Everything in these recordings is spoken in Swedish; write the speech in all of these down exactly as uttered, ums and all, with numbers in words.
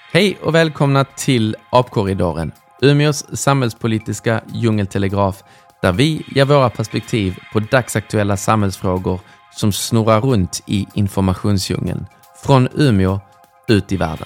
Hej och välkomna till Apkorridoren, Umeås samhällspolitiska djungeltelegraf, där vi ger våra perspektiv på dagsaktuella samhällsfrågor som snurrar runt i informationsdjungeln, från Umeå ut i världen.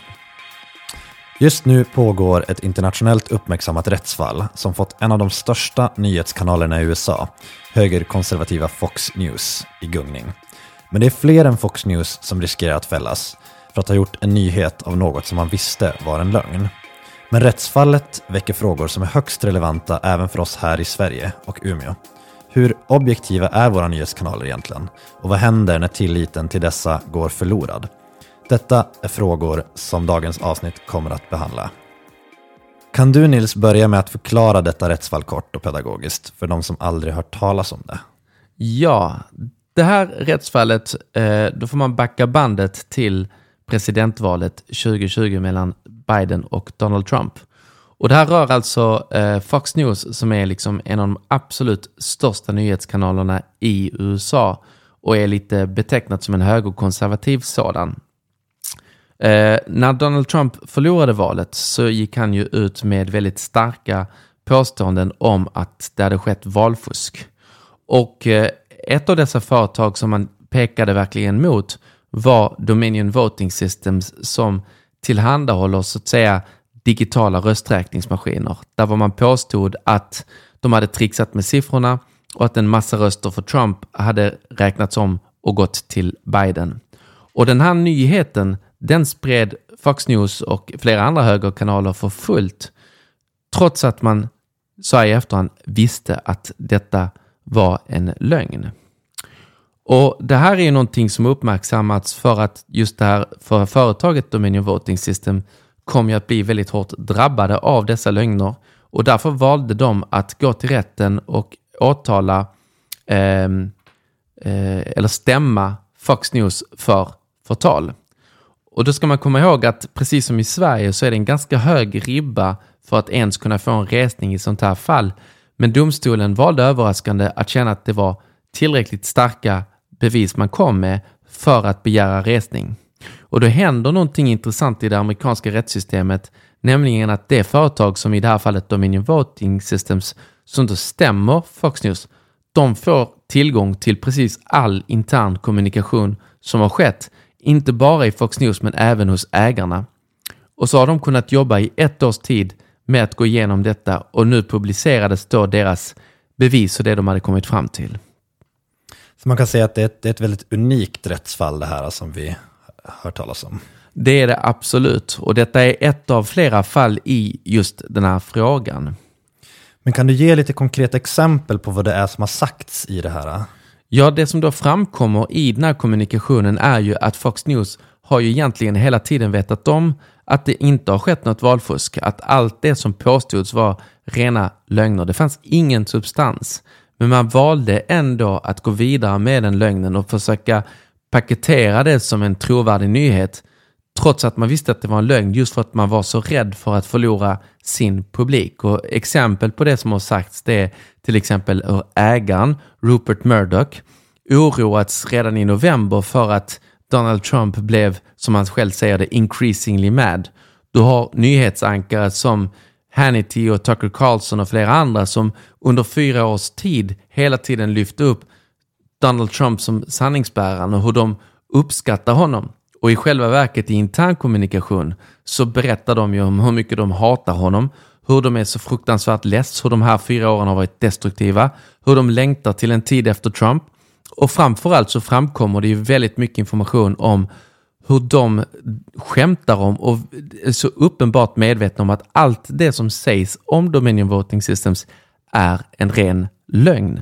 Just nu pågår ett internationellt uppmärksammat rättsfall som fått en av de största nyhetskanalerna i U S A, högerkonservativa Fox News, i gungning. Men det är fler än Fox News som riskerar att fällas för att ha gjort en nyhet av något som man visste var en lögn. Men rättsfallet väcker frågor som är högst relevanta även för oss här i Sverige och Umeå. Hur objektiva är våra nyhetskanaler egentligen? Och vad händer när tilliten till dessa går förlorad? Detta är frågor som dagens avsnitt kommer att behandla. Kan du, Nils, börja med att förklara detta rättsfall kort och pedagogiskt för de som aldrig hört talas om det? Ja, det här rättsfallet, eh, då får man backa bandet till presidentvalet tjugo tjugo mellan Biden och Donald Trump. Och det här rör alltså eh, Fox News, som är liksom en av de absolut största nyhetskanalerna i U S A och är lite betecknat som en högerkonservativ sådan. Eh, när Donald Trump förlorade valet så gick han ju ut med väldigt starka påståenden om att det hade skett valfusk. Och eh, ett av dessa företag som man pekade verkligen mot var Dominion Voting Systems, som tillhandahåller så att säga digitala rösträkningsmaskiner. Där var man påstod att de hade trixat med siffrorna och att en massa röster för Trump hade räknats om och gått till Biden. Och den här nyheten, den spred Fox News och flera andra högerkanaler för fullt, trots att man så i efterhand visste att detta var en lögn. Och det här är ju någonting som uppmärksammats för att just det här för företaget Dominion Voting System kom ju att bli väldigt hårt drabbade av dessa lögner, och därför valde de att gå till rätten och åtala eh, eh, eller stämma Fox News för förtal. Och då ska man komma ihåg att precis som i Sverige så är det en ganska hög ribba för att ens kunna få en resning i sånt här fall. Men domstolen valde överraskande att känna att det var tillräckligt starka bevis man kom med för att begära resning. Och då händer någonting intressant i det amerikanska rättssystemet, nämligen att det företag som i det här fallet Dominion Voting Systems som då stämmer Fox News, de får tillgång till precis all intern kommunikation som har skett, inte bara i Fox News men även hos ägarna. Och så har de kunnat jobba i ett års tid med att gå igenom detta, och nu publicerades då deras bevis och det de hade kommit fram till. Så man kan säga att det är ett, det är ett väldigt unikt rättsfall det här som vi hör talas om. Det är det absolut, och detta är ett av flera fall i just den här frågan. Men kan du ge lite konkreta exempel på vad det är som har sagts i det här? Ja, det som då framkommer i den här kommunikationen är ju att Fox News har ju egentligen hela tiden vetat om att det inte har skett något valfusk, att allt det som påstods var rena lögner. Det fanns ingen substans. Men man valde ändå att gå vidare med den lögnen och försöka paketera det som en trovärdig nyhet, trots att man visste att det var en lögn, just för att man var så rädd för att förlora sin publik. Och exempel på det som har sagts, det är till exempel hur ägaren Rupert Murdoch oroats redan i november för att Donald Trump blev, som han själv säger det, increasingly mad. Du har nyhetsankare som Hannity och Tucker Carlson och flera andra som under fyra års tid hela tiden lyfte upp Donald Trump som sanningsbäraren och hur de uppskattar honom. Och i själva verket i intern kommunikation så berättar de ju om hur mycket de hatar honom, hur de är så fruktansvärt less, hur de här fyra åren har varit destruktiva, hur de längtar till en tid efter Trump. Och framförallt så framkommer det ju väldigt mycket information om hur de skämtar om och är så uppenbart medvetna om att allt det som sägs om Dominion Voting Systems är en ren lögn.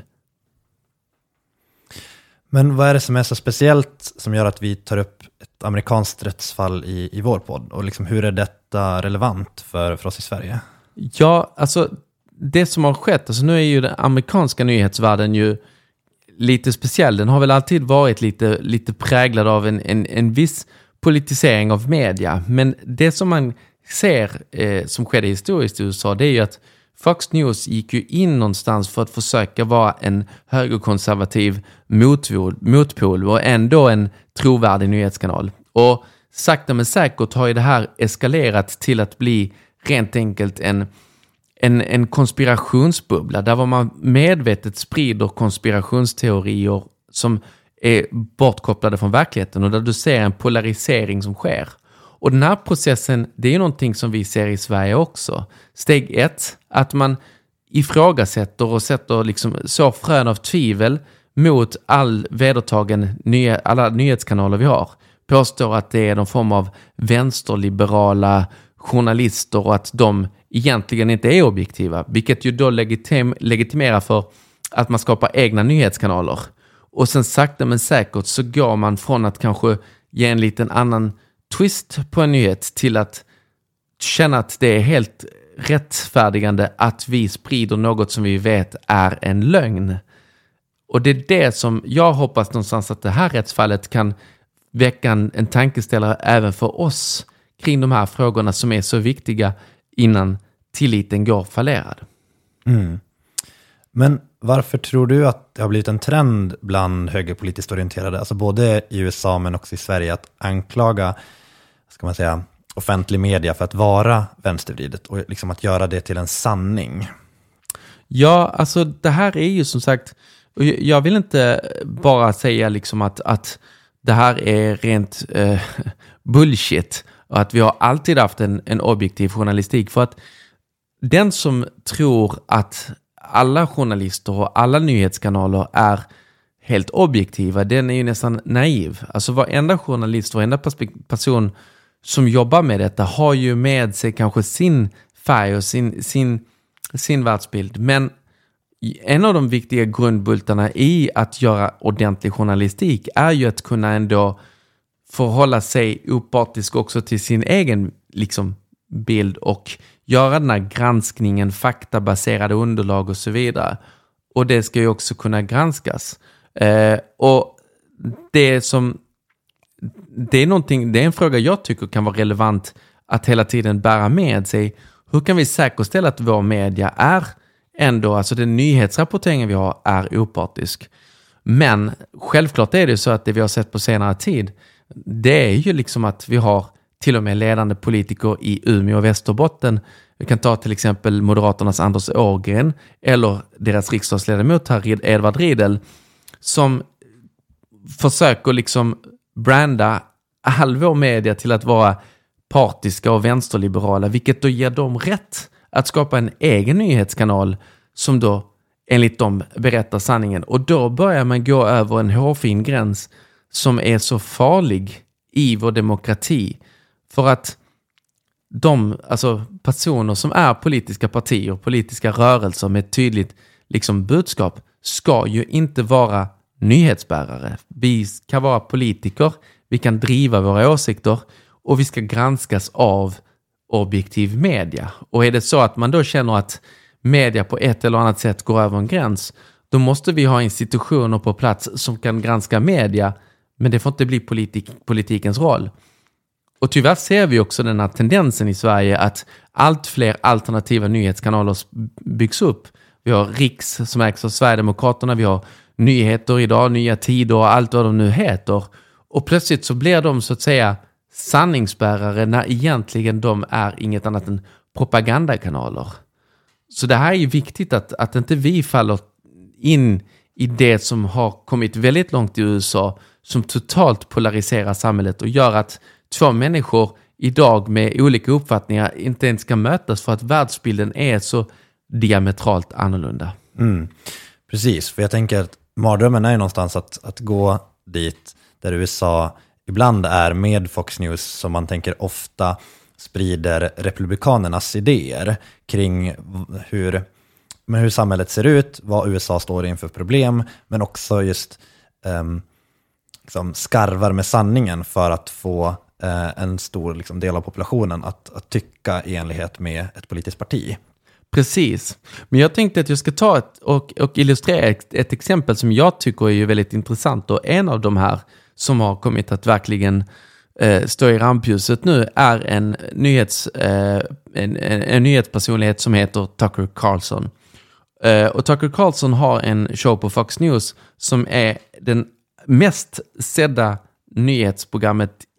Men vad är det som är så speciellt som gör att vi tar upp ett amerikanskt rättsfall i, i vår podd? Och liksom, hur är detta relevant för, för oss i Sverige? Ja, alltså det som har skett, alltså nu är ju den amerikanska nyhetsvärlden ju lite speciell. Den har väl alltid varit lite, lite präglad av en, en, en viss politisering av media. Men det som man ser eh, som skedde historiskt i U S A, det är ju att Fox News gick ju in någonstans för att försöka vara en högerkonservativ motpol, motpol och ändå en trovärdig nyhetskanal. Och sakta men säkert har ju det här eskalerat till att bli rent enkelt en, en, en konspirationsbubbla där man medvetet sprider konspirationsteorier som är bortkopplade från verkligheten och där du ser en polarisering som sker. Och den här processen, det är någonting som vi ser i Sverige också. Steg ett, att man ifrågasätter och sätter liksom så frön av tvivel mot all vedertagen nya, alla nyhetskanaler vi har. Påstår att det är någon form av vänsterliberala journalister och att de egentligen inte är objektiva. Vilket ju då legitim, legitimerar för att man skapar egna nyhetskanaler. Och sen sakta men säkert så går man från att kanske ge en liten annan twist på en nyhet till att känna att det är helt rättfärdigande att vi sprider något som vi vet är en lögn. Och det är det som jag hoppas någonstans att det här rättsfallet kan väcka en, en tankeställare även för oss kring de här frågorna som är så viktiga innan tilliten går fallerad. Mm. Men varför tror du att det har blivit en trend bland högerpolitiskt orienterade, alltså både i U S A men också i Sverige, att anklaga, ska man säga, offentlig media för att vara vänstervridet och liksom att göra det till en sanning? Ja, alltså det här är ju som sagt, jag vill inte bara säga liksom att, att det här är rent eh, bullshit och att vi har alltid haft en, en objektiv journalistik, för att den som tror att alla journalister och alla nyhetskanaler är helt objektiva, den är ju nästan naiv. Alltså varenda journalist, varenda person som jobbar med detta har ju med sig kanske sin färg och sin, sin, sin världsbild. Men en av de viktiga grundbultarna i att göra ordentlig journalistik är ju att kunna ändå förhålla sig opartisk också till sin egen liksom, bild och göra den här granskningen, faktabaserade underlag och så vidare. Och det ska ju också kunna granskas. Eh, och det som det är någonting, det är en fråga jag tycker kan vara relevant att hela tiden bära med sig. Hur kan vi säkerställa att vår media är ändå, alltså den nyhetsrapporteringen vi har är opartisk? Men självklart är det så att det vi har sett på senare tid, det är ju liksom att vi har till och med ledande politiker i Umeå och Västerbotten. Vi kan ta till exempel Moderaternas Anders Ågren eller deras riksdagsledamot här, Edvard Riedel, som försöker liksom branda all vår media till att vara partiska och vänsterliberala, vilket då ger dem rätt att skapa en egen nyhetskanal som då enligt dem berättar sanningen. Och då börjar man gå över en hårfin gräns som är så farlig i vår demokrati. För att de alltså personer som är politiska partier, politiska rörelser med ett tydligt liksom, budskap ska ju inte vara nyhetsbärare. Vi kan vara politiker, vi kan driva våra åsikter och vi ska granskas av objektiv media. Och är det så att man då känner att media på ett eller annat sätt går över en gräns, då måste vi ha institutioner på plats som kan granska media, men det får inte bli politik, politikens roll. Och tyvärr ser vi också den här tendensen i Sverige att allt fler alternativa nyhetskanaler byggs upp. Vi har Riks som ägs av Sverigedemokraterna, vi har Nyheter idag, Nya Tider och allt vad de nu heter. Och plötsligt så blir de så att säga sanningsbärare när egentligen de är inget annat än propagandakanaler. Så det här är ju viktigt att, att inte vi faller in i det som har kommit väldigt långt i U S A som totalt polariserar samhället och gör att två människor idag med olika uppfattningar inte ens ska mötas för att världsbilden är så diametralt annorlunda. Mm. Precis, för jag tänker att mardrömmen är någonstans att, att gå dit där U S A ibland är med Fox News som man tänker ofta sprider republikanernas idéer kring hur, men hur samhället ser ut, vad U S A står inför problem, men också just um, liksom skarvar med sanningen för att få uh, en stor liksom, del av populationen att, att tycka i enlighet med ett politiskt parti. Precis. Men jag tänkte att jag ska ta ett, och, och illustrera ett, ett exempel som jag tycker är ju väldigt intressant, och en av de här som har kommit att verkligen eh, stå i rampljuset nu är en, nyhets, eh, en, en, en nyhetspersonlighet som heter Tucker Carlson. Eh, och Tucker Carlson har en show på Fox News som är den mest sedda nyhetsprogrammet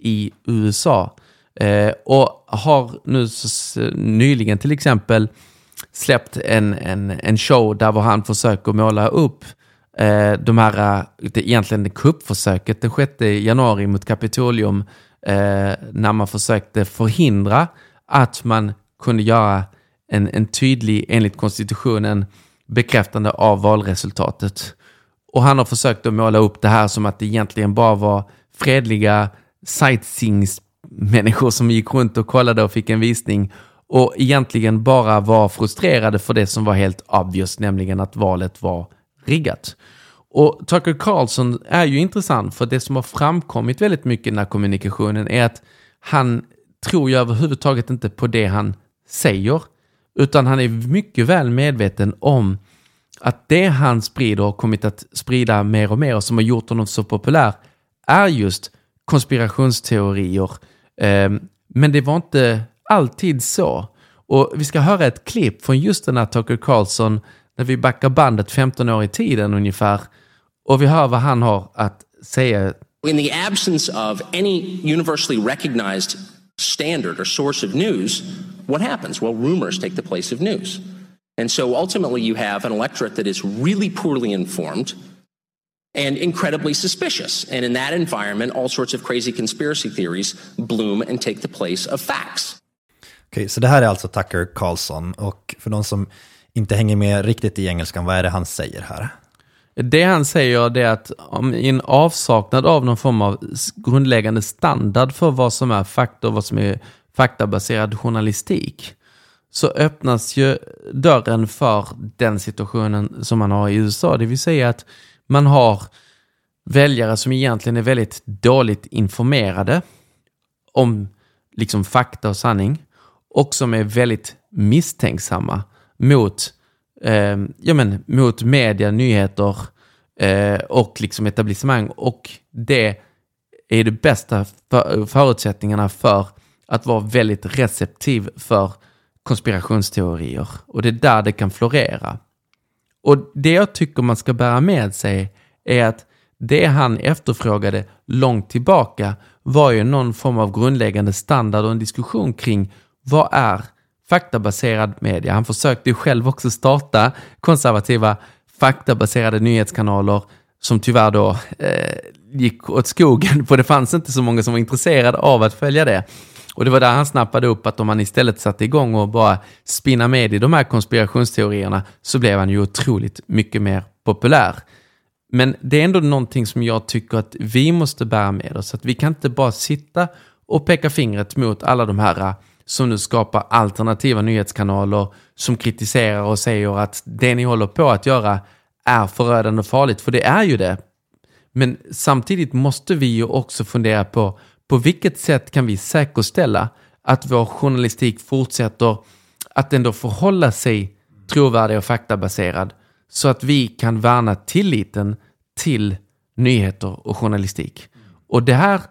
i U S A. Eh, och har nu så, nyligen till exempel släppt en, en, en show där var han försöker måla upp eh, de här, det, egentligen det kuppförsöket den sjätte januari mot Kapitolium, eh, när man försökte förhindra att man kunde göra en, en tydlig, enligt konstitutionen, bekräftande av valresultatet. Och han har försökt att måla upp det här som att det egentligen bara var fredliga sightseeing-människor som gick runt och kollade och fick en visning och egentligen bara var frustrerade för det som var helt obvious, nämligen att valet var riggat. Och Tucker Carlson är ju intressant, för det som har framkommit väldigt mycket i den här kommunikationen är att han tror ju överhuvudtaget inte på det han säger, utan han är mycket väl medveten om att det han sprider och kommit att sprida mer och mer och som har gjort honom så populär är just konspirationsteorier. Men det var inte alltid så. Och vi ska höra ett klipp från just den här Tucker Carlson när vi backar bandet femton år i tiden ungefär. Och vi hör vad han har att säga. In the absence of any universally recognized standard or source of news, what happens? Well, rumors take the place of news. And so ultimately you have an electorate that is really poorly informed and incredibly suspicious. And in that environment, all sorts of crazy conspiracy theories bloom and take the place of facts. Okej, så det här är alltså Tucker Carlson. Och för de som inte hänger med riktigt i engelskan, vad är det han säger här? Det han säger är att om i en avsaknad av någon form av grundläggande standard för vad som är fakta och vad som är faktabaserad journalistik, så öppnas ju dörren för den situationen som man har i U S A. Det vill säga att man har väljare som egentligen är väldigt dåligt informerade om liksom fakta och sanning och som är väldigt misstänksamma mot, eh, ja men, mot media, nyheter eh, och liksom etablissemang. Och det är det bästa för, förutsättningarna för att vara väldigt receptiv för konspirationsteorier. Och det är där det kan florera. Och det jag tycker man ska bära med sig är att det han efterfrågade långt tillbaka var ju någon form av grundläggande standard och en diskussion kring vad är faktabaserad media. Han försökte ju själv också starta konservativa faktabaserade nyhetskanaler som tyvärr då eh, gick åt skogen, för det fanns inte så många som var intresserade av att följa det. Och det var där han snappade upp att om man istället satte igång och bara spinna med i de här konspirationsteorierna så blev han ju otroligt mycket mer populär. Men det är ändå någonting som jag tycker att vi måste bära med oss. Att vi kan inte bara sitta och peka fingret mot alla de här som nu skapar alternativa nyhetskanaler som kritiserar och säger att det ni håller på att göra är förödande och farligt. För det är ju det. Men samtidigt måste vi ju också fundera på på vilket sätt kan vi säkerställa att vår journalistik fortsätter att ändå förhålla sig trovärdig och faktabaserad så att vi kan värna tilliten till nyheter och journalistik. Och det här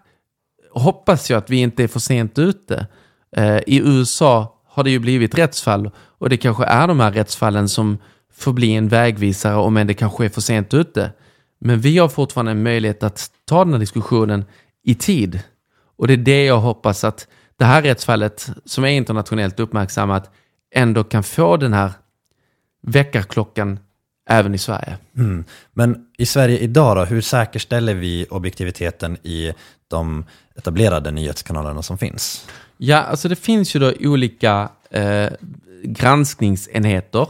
hoppas jag att vi inte är för sent ute. Eh, I U S A har det ju blivit rättsfall och det kanske är de här rättsfallen som får bli en vägvisare om än det kanske är för sent ute. Men vi har fortfarande en möjlighet att ta den här diskussionen i tid. Och det är det jag hoppas att det här rättsfallet som är internationellt uppmärksammat ändå kan få den här väckarklockan även i Sverige. Mm. Men i Sverige idag då, hur säkerställer vi objektiviteten i de etablerade nyhetskanalerna som finns? Ja, alltså det finns ju då olika eh, granskningsenheter.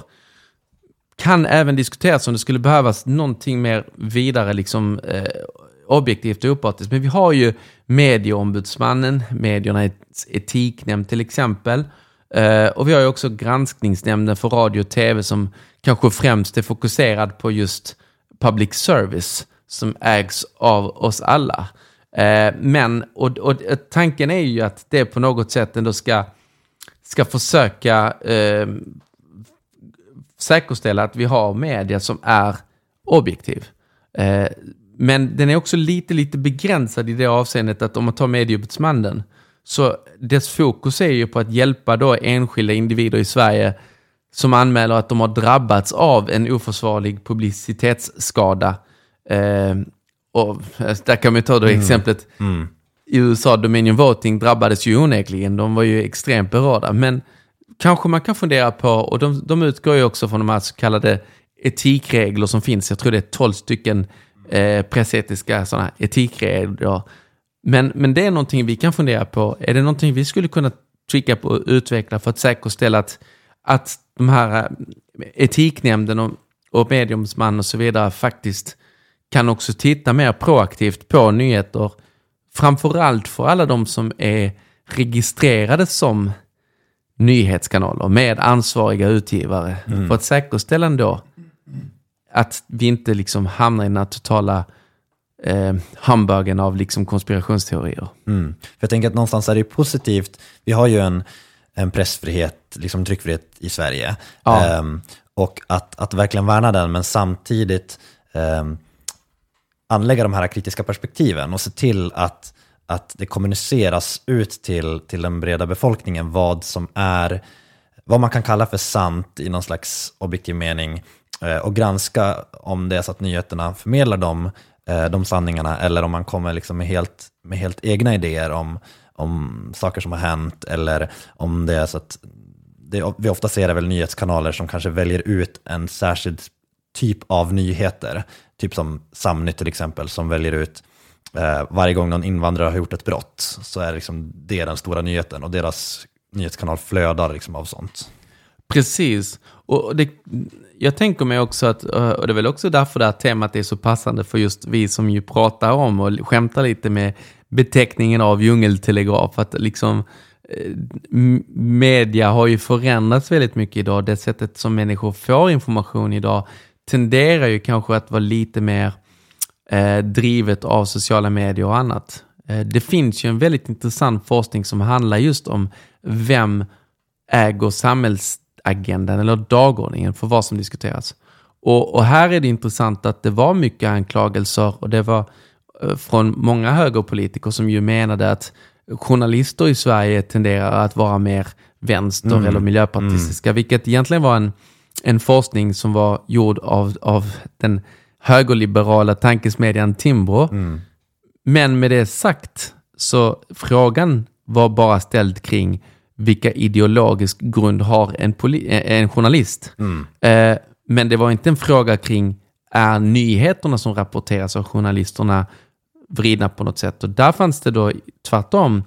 Kan även diskuteras om det skulle behövas någonting mer vidare liksom eh, objektivt och opartiskt. Men vi har ju medieombudsmannen, mediernas etiknämnd till exempel. Uh, och vi har ju också granskningsnämnden för radio och tv som kanske främst är fokuserad på just public service som ägs av oss alla. Uh, men, och, och tanken är ju att det på något sätt ändå ska, ska försöka uh, säkerställa att vi har media som är objektiv. Uh, Men den är också lite, lite begränsad i det avseendet att om man tar medieombudsmannen så dess fokus är ju på att hjälpa då enskilda individer i Sverige som anmäler att de har drabbats av en oförsvarlig publicitetsskada. Eh, och där kan man ta då mm. exemplet. Mm. i U S A, Dominion Voting drabbades ju onekligen. De var ju extremt berörda. Men kanske man kan fundera på, och de, de utgår ju också från de här så kallade etikregler som finns. Jag tror det är tolv stycken eh, pressetiska sådana etikregler. Men, men det är någonting vi kan fundera på. Är det någonting vi skulle kunna trycka på och utveckla för att säkerställa att, att de här etiknämnden och, och mediumsman och så vidare faktiskt kan också titta mer proaktivt på nyheter, framförallt för alla de som är registrerade som nyhetskanaler med ansvariga utgivare, mm. för att säkerställa ändå att vi inte liksom hamnar i den här totala eh, hamburgen av liksom konspirationsteorier. Mm. För jag tänker att någonstans är det positivt. Vi har ju en, en pressfrihet, liksom tryckfrihet i Sverige. Ja. Um, och att, att verkligen värna den, men samtidigt um, anlägga de här kritiska perspektiven och se till att, att det kommuniceras ut till, till den breda befolkningen vad som är, vad man kan kalla för sant i någon slags objektiv mening, och granska om det är så att nyheterna förmedlar de, de sanningarna, eller om man kommer liksom med, helt, med helt egna idéer om, om saker som har hänt, eller om det är så att det, vi ofta ser det väl nyhetskanaler som kanske väljer ut en särskild typ av nyheter, typ som Samnytt till exempel, som väljer ut eh, varje gång någon invandrare har gjort ett brott, så är liksom det den stora nyheten, och deras nyhetskanal flödar liksom av sånt. Precis, och det, jag tänker mig också att, och det är väl också därför det här temat är så passande för just vi som ju pratar om och skämtar lite med beteckningen av djungeltelegraf, att liksom media har ju förändrats väldigt mycket idag. Det sättet som människor får information idag tenderar ju kanske att vara lite mer eh, drivet av sociala medier och annat. Eh, det finns ju en väldigt intressant forskning som handlar just om vem äger samhällsagendan eller dagordningen för vad som diskuteras. Och, och här är det intressant att det var mycket anklagelser, och det var eh, från många högerpolitiker som ju menade att journalister i Sverige tenderar att vara mer vänster mm. eller miljöpartistiska, mm. vilket egentligen var en, en forskning som var gjord av, av den högerliberala tankesmedjan Timbro. Mm. Men med det sagt, så frågan var bara ställd kring vilka ideologisk grund har en, poli- en journalist. Mm. Eh, men det var inte en fråga kring är nyheterna som rapporteras av journalisterna vridna på något sätt. Och där fanns det då tvärtom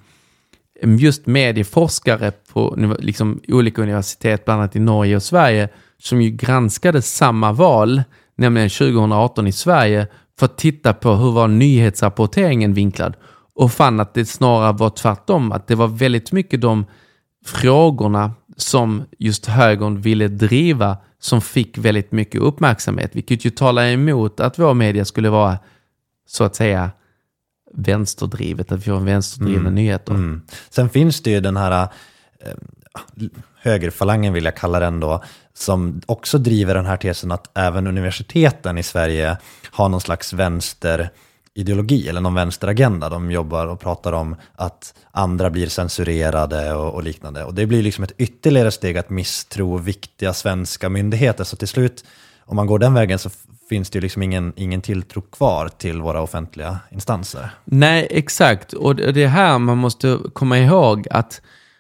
just medieforskare på liksom olika universitet, bland annat i Norge och Sverige, som ju granskade samma val, nämligen tjugoarton i Sverige, för att titta på hur var nyhetsrapporteringen vinklad, och fann att det snarare var tvärtom, att det var väldigt mycket de frågorna som just högern ville driva som fick väldigt mycket uppmärksamhet, vilket ju talar emot att vår media skulle vara så att säga vänsterdrivet, att vi har en vänsterdrivna mm. nyheter. Mm. Sen finns det ju den här eh, högerfalangen, vill jag kalla den då, som också driver den här tesen att även universiteten i Sverige har någon slags vänsterideologi eller någon vänsteragenda. De jobbar och pratar om att andra blir censurerade och, och liknande. Och det blir liksom ett ytterligare steg att misstro viktiga svenska myndigheter. Så till slut, om man går den vägen, så finns det ju liksom ingen, ingen tilltro kvar till våra offentliga instanser. Nej, exakt. Och det är här man måste komma ihåg att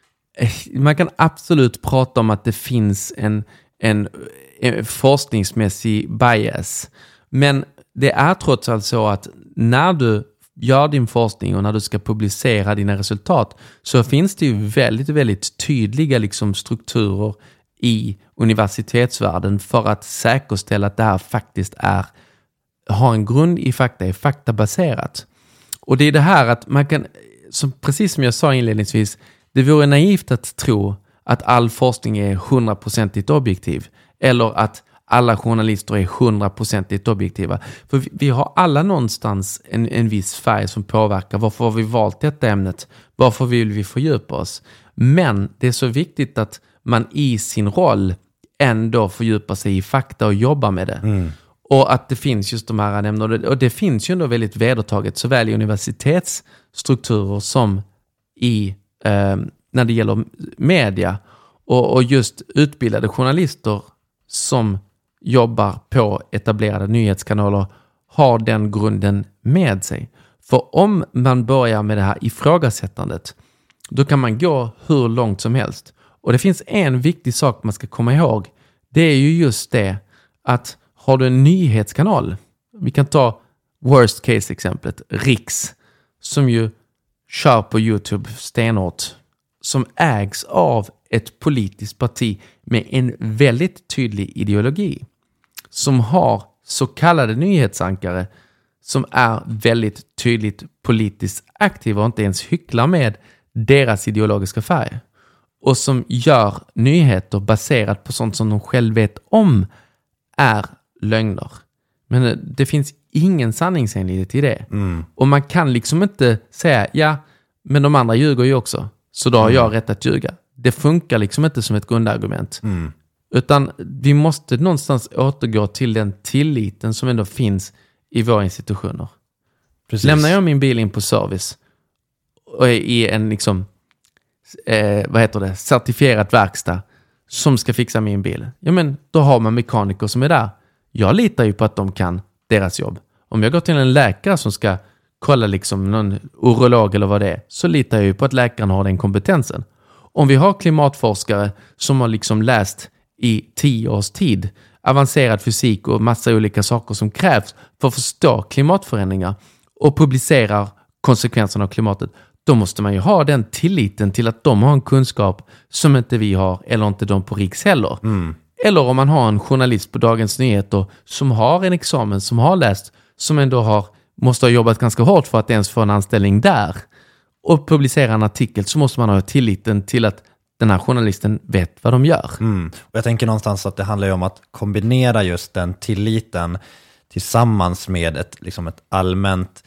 man kan absolut prata om att det finns en, en, en forskningsmässig bias. Men det är trots allt så att när du gör din forskning och när du ska publicera dina resultat, så finns det ju väldigt, väldigt tydliga liksom strukturer i universitetsvärlden för att säkerställa att det här faktiskt är, har en grund i fakta, är faktabaserat. Och det är det här att man kan, som, precis som jag sa inledningsvis, det vore naivt att tro att all forskning är hundraprocentigt objektiv, eller att alla journalister är hundraprocentigt objektiva. För vi, vi har alla någonstans en, en viss färg som påverkar varför har vi valt detta ämnet, varför vill vi fördjupa oss. Men det är så viktigt att man i sin roll ändå fördjupar sig i fakta och jobbar med det. Mm. Och att det finns just de här ämnena. Och det finns ju ändå väldigt vedertaget såväl i universitetsstrukturer som i eh, när det gäller media. Och, och just utbildade journalister som jobbar på etablerade nyhetskanaler har den grunden med sig. För om man börjar med det här ifrågasättandet, då kan man gå hur långt som helst. Och det finns en viktig sak man ska komma ihåg. Det är ju just det att har du en nyhetskanal, vi kan ta worst case exemplet, Riks, som ju kör på YouTube stenhårt, som ägs av ett politiskt parti med en väldigt tydlig ideologi, som har så kallade nyhetsankare som är väldigt tydligt politiskt aktiva och inte ens hycklar med deras ideologiska färg. Och som gör nyheter baserat på sånt som de själv vet om är lögner. Men det finns ingen sanningsenlighet i det. Mm. Och man kan liksom inte säga, ja, men de andra ljuger ju också. Så då har mm. jag rätt att ljuga. Det funkar liksom inte som ett grundargument. Mm. Utan vi måste någonstans återgå till den tilliten som ändå finns i våra institutioner. Precis. Lämnar jag min bil in på service och är i en liksom, eh, vad heter det, certifierat verkstad som ska fixa min bil. Ja, men då har man mekaniker som är där. Jag litar ju på att de kan deras jobb. Om jag går till en läkare som ska kolla liksom någon urolog eller vad det är, så litar jag ju på att läkaren har den kompetensen. Om vi har klimatforskare som har liksom läst i tio års tid avancerad fysik och massa olika saker som krävs för att förstå klimatförändringar och publicerar konsekvenserna av klimatet, då måste man ju ha den tilliten till att de har en kunskap som inte vi har eller inte de på Riks heller. Mm. Eller om man har en journalist på Dagens Nyheter som har en examen, som har läst, som ändå har, måste ha jobbat ganska hårt för att ens få en anställning där och publicera en artikel, så måste man ha tilliten till att den här journalisten vet vad de gör. Mm. Och jag tänker någonstans att det handlar ju om att kombinera just den tilliten tillsammans med ett, liksom ett allmänt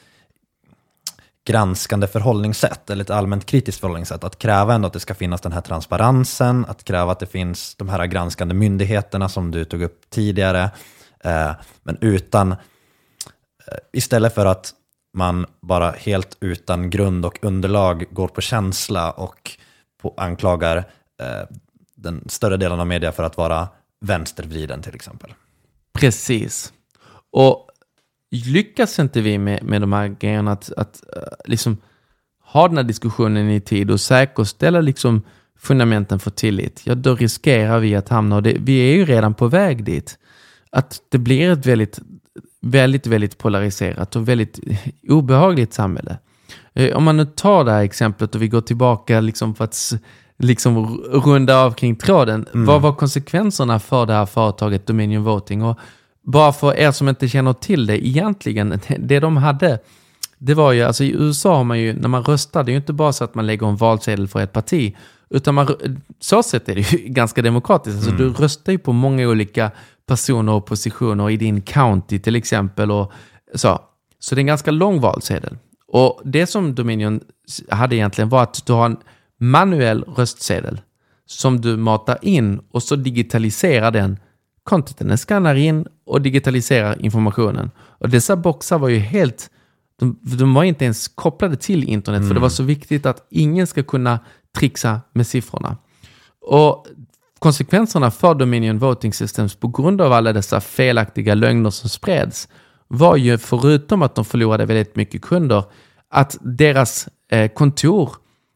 granskande förhållningssätt eller ett allmänt kritiskt förhållningssätt. Att kräva ändå att det ska finnas den här transparensen, att kräva att det finns de här granskande myndigheterna som du tog upp tidigare. Eh, men utan, eh, istället för att man bara helt utan grund och underlag går på känsla och på, anklagar eh, den större delen av media för att vara vänstervriden till exempel. Precis. Och lyckas inte vi med, med de här grejerna att, att uh, liksom ha den här diskussionen i tid och säkerställa liksom fundamenten för tillit, ja, då riskerar vi att hamna, och det, vi är ju redan på väg dit, att det blir ett väldigt, väldigt, väldigt polariserat och väldigt obehagligt samhälle. Eh, om man nu tar det här exemplet och vi går tillbaka liksom för att liksom runda av kring tråden, mm. vad var konsekvenserna för det här företaget Dominion Voting? Och bara för er som inte känner till det, egentligen, det de hade, det var ju, alltså i U S A har man ju, när man röstar, det är ju inte bara så att man lägger en valsedel för ett parti, utan man, så sätt är det ju ganska demokratiskt. Alltså mm. du röstar ju på många olika personer och positioner i din county till exempel, och så. Så det är en ganska lång valsedel. Och det som Dominion hade egentligen var att du har en manuell röstsedel som du matar in och så digitaliserar den. Contenten skannar in och digitaliserar informationen. Och dessa boxar var ju helt, de, de var inte ens kopplade till internet, mm. för det var så viktigt att ingen ska kunna trixa med siffrorna. Och konsekvenserna för Dominion Voting Systems på grund av alla dessa felaktiga lögner som spreds var ju, förutom att de förlorade väldigt mycket kunder, att deras eh, kontor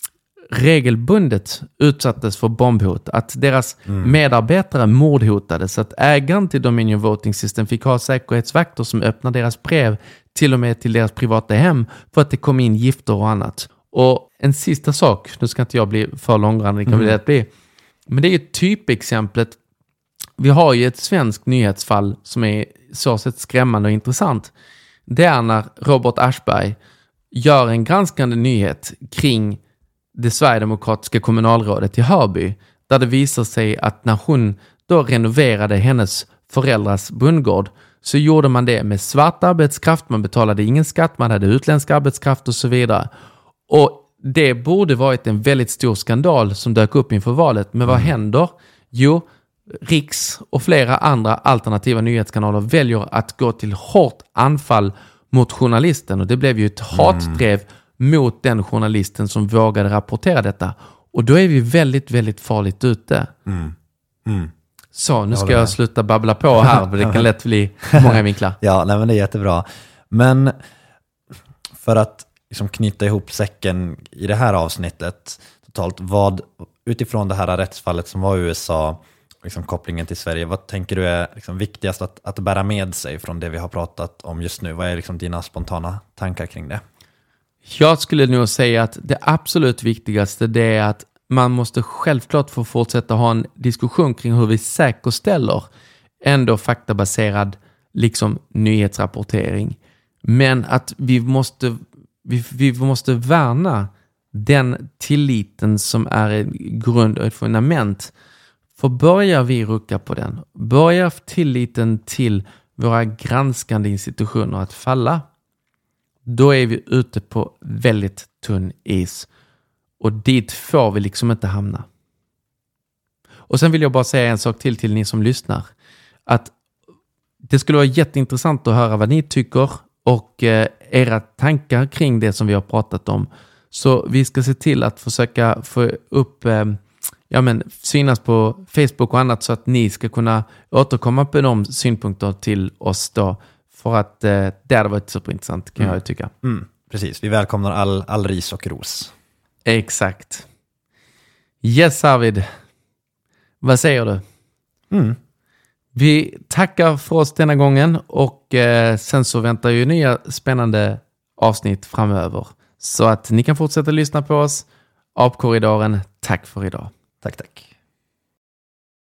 regelbundet utsattes för bombhot, att deras mm. medarbetare mordhotades, att ägaren till Dominion Voting System fick ha säkerhetsvakter som öppnade deras brev till och med till deras privata hem för att det kom in gifter och annat. Och en sista sak, nu ska inte jag bli för långrandig, det kan mm. bli, men det är ju typexemplet. Vi har ju ett svenskt nyhetsfall som är så sett skrämmande och intressant. Det är när Robert Aschberg gör en granskande nyhet kring det sverigedemokratiska kommunalrådet i Hörby, där det visar sig att när hon då renoverade hennes föräldrars bondgård, så gjorde man det med svart arbetskraft, man betalade ingen skatt, man hade utländsk arbetskraft och så vidare. Och det borde varit en väldigt stor skandal som dök upp inför valet. Men vad mm. händer? Jo, Riks och flera andra alternativa nyhetskanaler väljer att gå till hårt anfall mot journalisten, och det blev ju ett hatdrev mm. mot den journalisten som vågade rapportera detta. Och då är vi väldigt, väldigt farligt ute. Mm. Mm. Så, nu ska jag, jag sluta babbla på här, för det kan lätt bli många vinklar. Ja, nej, men det är jättebra. Men för att liksom knyta ihop säcken i det här avsnittet totalt, vad utifrån det här rättsfallet som var i U S A, liksom kopplingen till Sverige, vad tänker du är liksom viktigast att, att bära med sig från det vi har pratat om just nu? Vad är liksom dina spontana tankar kring det? Jag skulle nog säga att det absolut viktigaste det är att man måste självklart få fortsätta ha en diskussion kring hur vi säkerställer ändå faktabaserad liksom nyhetsrapportering. Men att vi måste, vi, vi måste värna den tilliten som är en grund och ett fundament. För börjar vi rucka på den, börjar tilliten till våra granskande institutioner att falla, då är vi ute på väldigt tunn is. Och dit får vi liksom inte hamna. Och sen vill jag bara säga en sak till till ni som lyssnar. Att det skulle vara jätteintressant att höra vad ni tycker och eh, era tankar kring det som vi har pratat om. Så vi ska se till att försöka få upp, eh, ja men synas på Facebook och annat så att ni ska kunna återkomma på de synpunkter till oss då. För att eh, det hade varit superintressant kan mm. jag tycka. Mm, precis, vi välkomnar all, all ris och ros. Exakt. Yes, Arvid. Vad säger du? Mm. Vi tackar för oss denna gången och eh, sen så väntar ju nya spännande avsnitt framöver. Så att ni kan fortsätta lyssna på oss. Apkorridoren, tack för idag. Tack, tack.